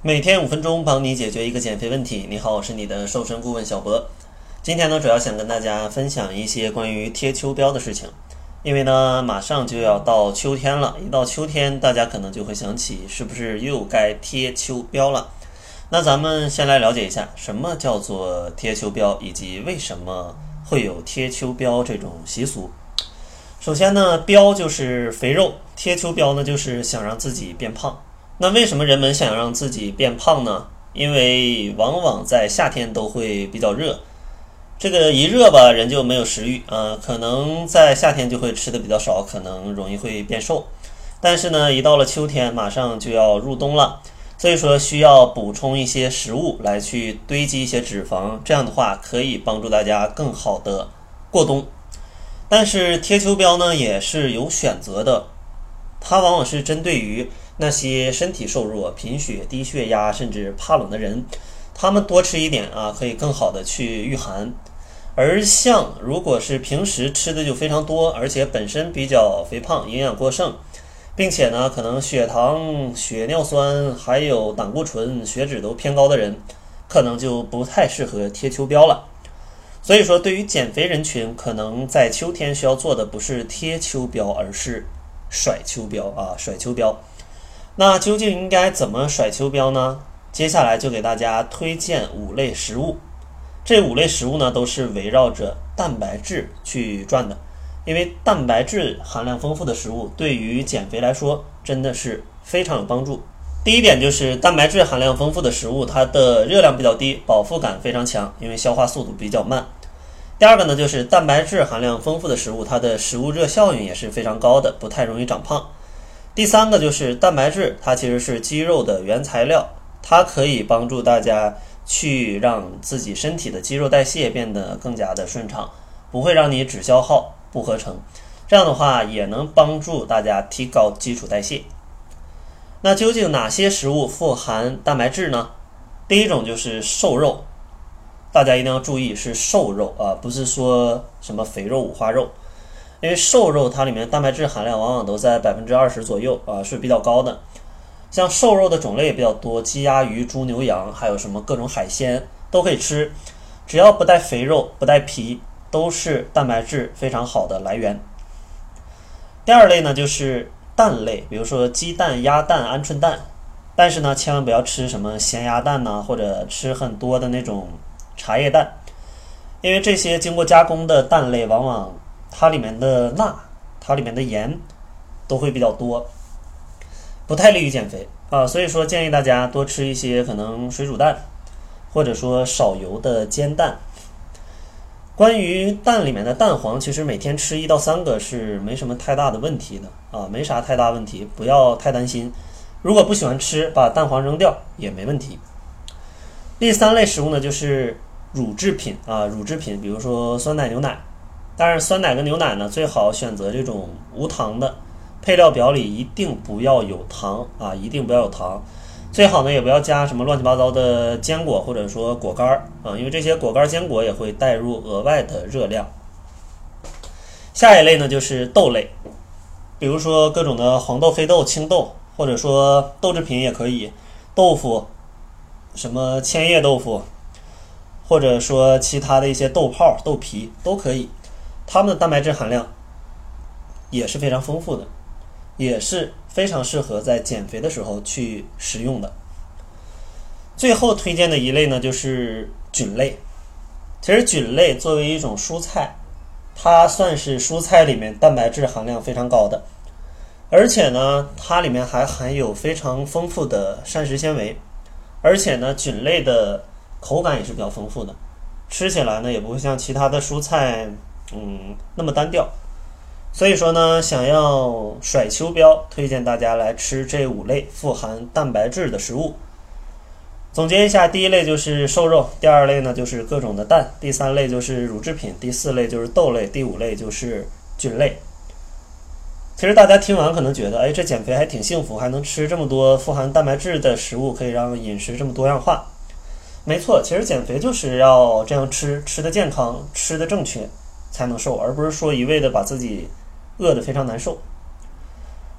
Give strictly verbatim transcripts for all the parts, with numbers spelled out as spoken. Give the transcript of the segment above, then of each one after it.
每天五分钟，帮你解决一个减肥问题。你好，我是你的瘦身顾问小博。今天呢，主要想跟大家分享一些关于贴秋膘的事情。因为呢，马上就要到秋天了，一到秋天，大家可能就会想起，是不是又该贴秋膘了？那咱们先来了解一下，什么叫做贴秋膘，以及为什么会有贴秋膘这种习俗。首先呢，膘就是肥肉，贴秋膘呢就是想让自己变胖。那为什么人们想让自己变胖呢？因为往往在夏天都会比较热，这个一热吧，人就没有食欲啊、呃，可能在夏天就会吃的比较少，可能容易会变瘦。但是呢，一到了秋天，马上就要入冬了，所以说需要补充一些食物来去堆积一些脂肪，这样的话可以帮助大家更好的过冬。但是贴秋膘呢也是有选择的，它往往是针对于那些身体瘦弱、贫血、低血压甚至怕冷的人，他们多吃一点啊，可以更好的去御寒。而像如果是平时吃的就非常多，而且本身比较肥胖、营养过剩，并且呢可能血糖、血尿酸还有胆固醇、血脂都偏高的人，可能就不太适合贴秋膘了。所以说对于减肥人群，可能在秋天需要做的不是贴秋膘，而是甩秋膘啊，甩秋膘。那究竟应该怎么甩秋膘呢？接下来就给大家推荐五类食物。这五类食物呢，都是围绕着蛋白质去转的，因为蛋白质含量丰富的食物对于减肥来说真的是非常有帮助。第一点就是蛋白质含量丰富的食物，它的热量比较低，饱腹感非常强，因为消化速度比较慢。第二个呢，就是蛋白质含量丰富的食物，它的食物热效应也是非常高的，不太容易长胖。第三个就是蛋白质，它其实是肌肉的原材料，它可以帮助大家去让自己身体的肌肉代谢变得更加的顺畅，不会让你只消耗不合成，这样的话也能帮助大家提高基础代谢。那究竟哪些食物富含蛋白质呢？第一种就是瘦肉，大家一定要注意是瘦肉啊，不是说什么肥肉、五花肉。因为瘦肉它里面蛋白质含量往往都在百分之二十左右啊，是比较高的。像瘦肉的种类也比较多，鸡鸭鱼猪牛羊，还有什么各种海鲜都可以吃，只要不带肥肉不带皮，都是蛋白质非常好的来源。第二类呢就是蛋类，比如说鸡蛋、鸭蛋、鹌鹑蛋，但是呢千万不要吃什么咸鸭蛋呐、啊，或者吃很多的那种茶叶蛋，因为这些经过加工的蛋类往往它里面的钠、它里面的盐都会比较多，不太利于减肥啊。所以说建议大家多吃一些可能水煮蛋，或者说少油的煎蛋。关于蛋里面的蛋黄，其实每天吃一到三个是没什么太大的问题的啊，没啥太大问题，不要太担心。如果不喜欢吃，把蛋黄扔掉也没问题。第三类食物呢，就是乳制品啊，乳制品，比如说酸奶、牛奶。当然酸奶跟牛奶呢，最好选择这种无糖的，配料表里一定不要有糖啊，一定不要有糖。最好呢也不要加什么乱七八糟的坚果或者说果干啊，因为这些果干坚果也会带入额外的热量。下一类呢就是豆类，比如说各种的黄豆、黑豆、青豆，或者说豆制品也可以，豆腐，什么千叶豆腐，或者说其他的一些豆泡、豆皮都可以。它们的蛋白质含量也是非常丰富的，也是非常适合在减肥的时候去食用的。最后推荐的一类呢就是菌类。其实菌类作为一种蔬菜，它算是蔬菜里面蛋白质含量非常高的，而且呢它里面还含有非常丰富的膳食纤维，而且呢菌类的口感也是比较丰富的，吃起来呢也不会像其他的蔬菜嗯那么单调。所以说呢，想要甩秋膘，推荐大家来吃这五类富含蛋白质的食物。总结一下，第一类就是瘦肉，第二类呢就是各种的蛋，第三类就是乳制品，第四类就是豆类，第五类就是菌类。其实大家听完可能觉得，哎，这减肥还挺幸福，还能吃这么多富含蛋白质的食物，可以让饮食这么多样化。没错，其实减肥就是要这样吃，吃得健康，吃得正确，才能瘦，而不是说一味的把自己饿得非常难受。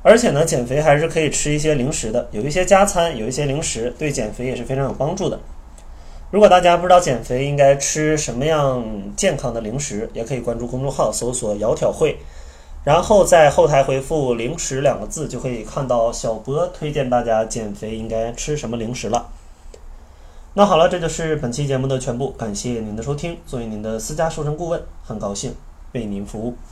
而且呢，减肥还是可以吃一些零食的，有一些加餐，有一些零食，对减肥也是非常有帮助的。如果大家不知道减肥应该吃什么样健康的零食，也可以关注公众号搜索窈窕会，然后在后台回复零食两个字，就可以看到小博推荐大家减肥应该吃什么零食了。那好了，这就是本期节目的全部，感谢您的收听。作为您的私家瘦身顾问，很高兴为您服务。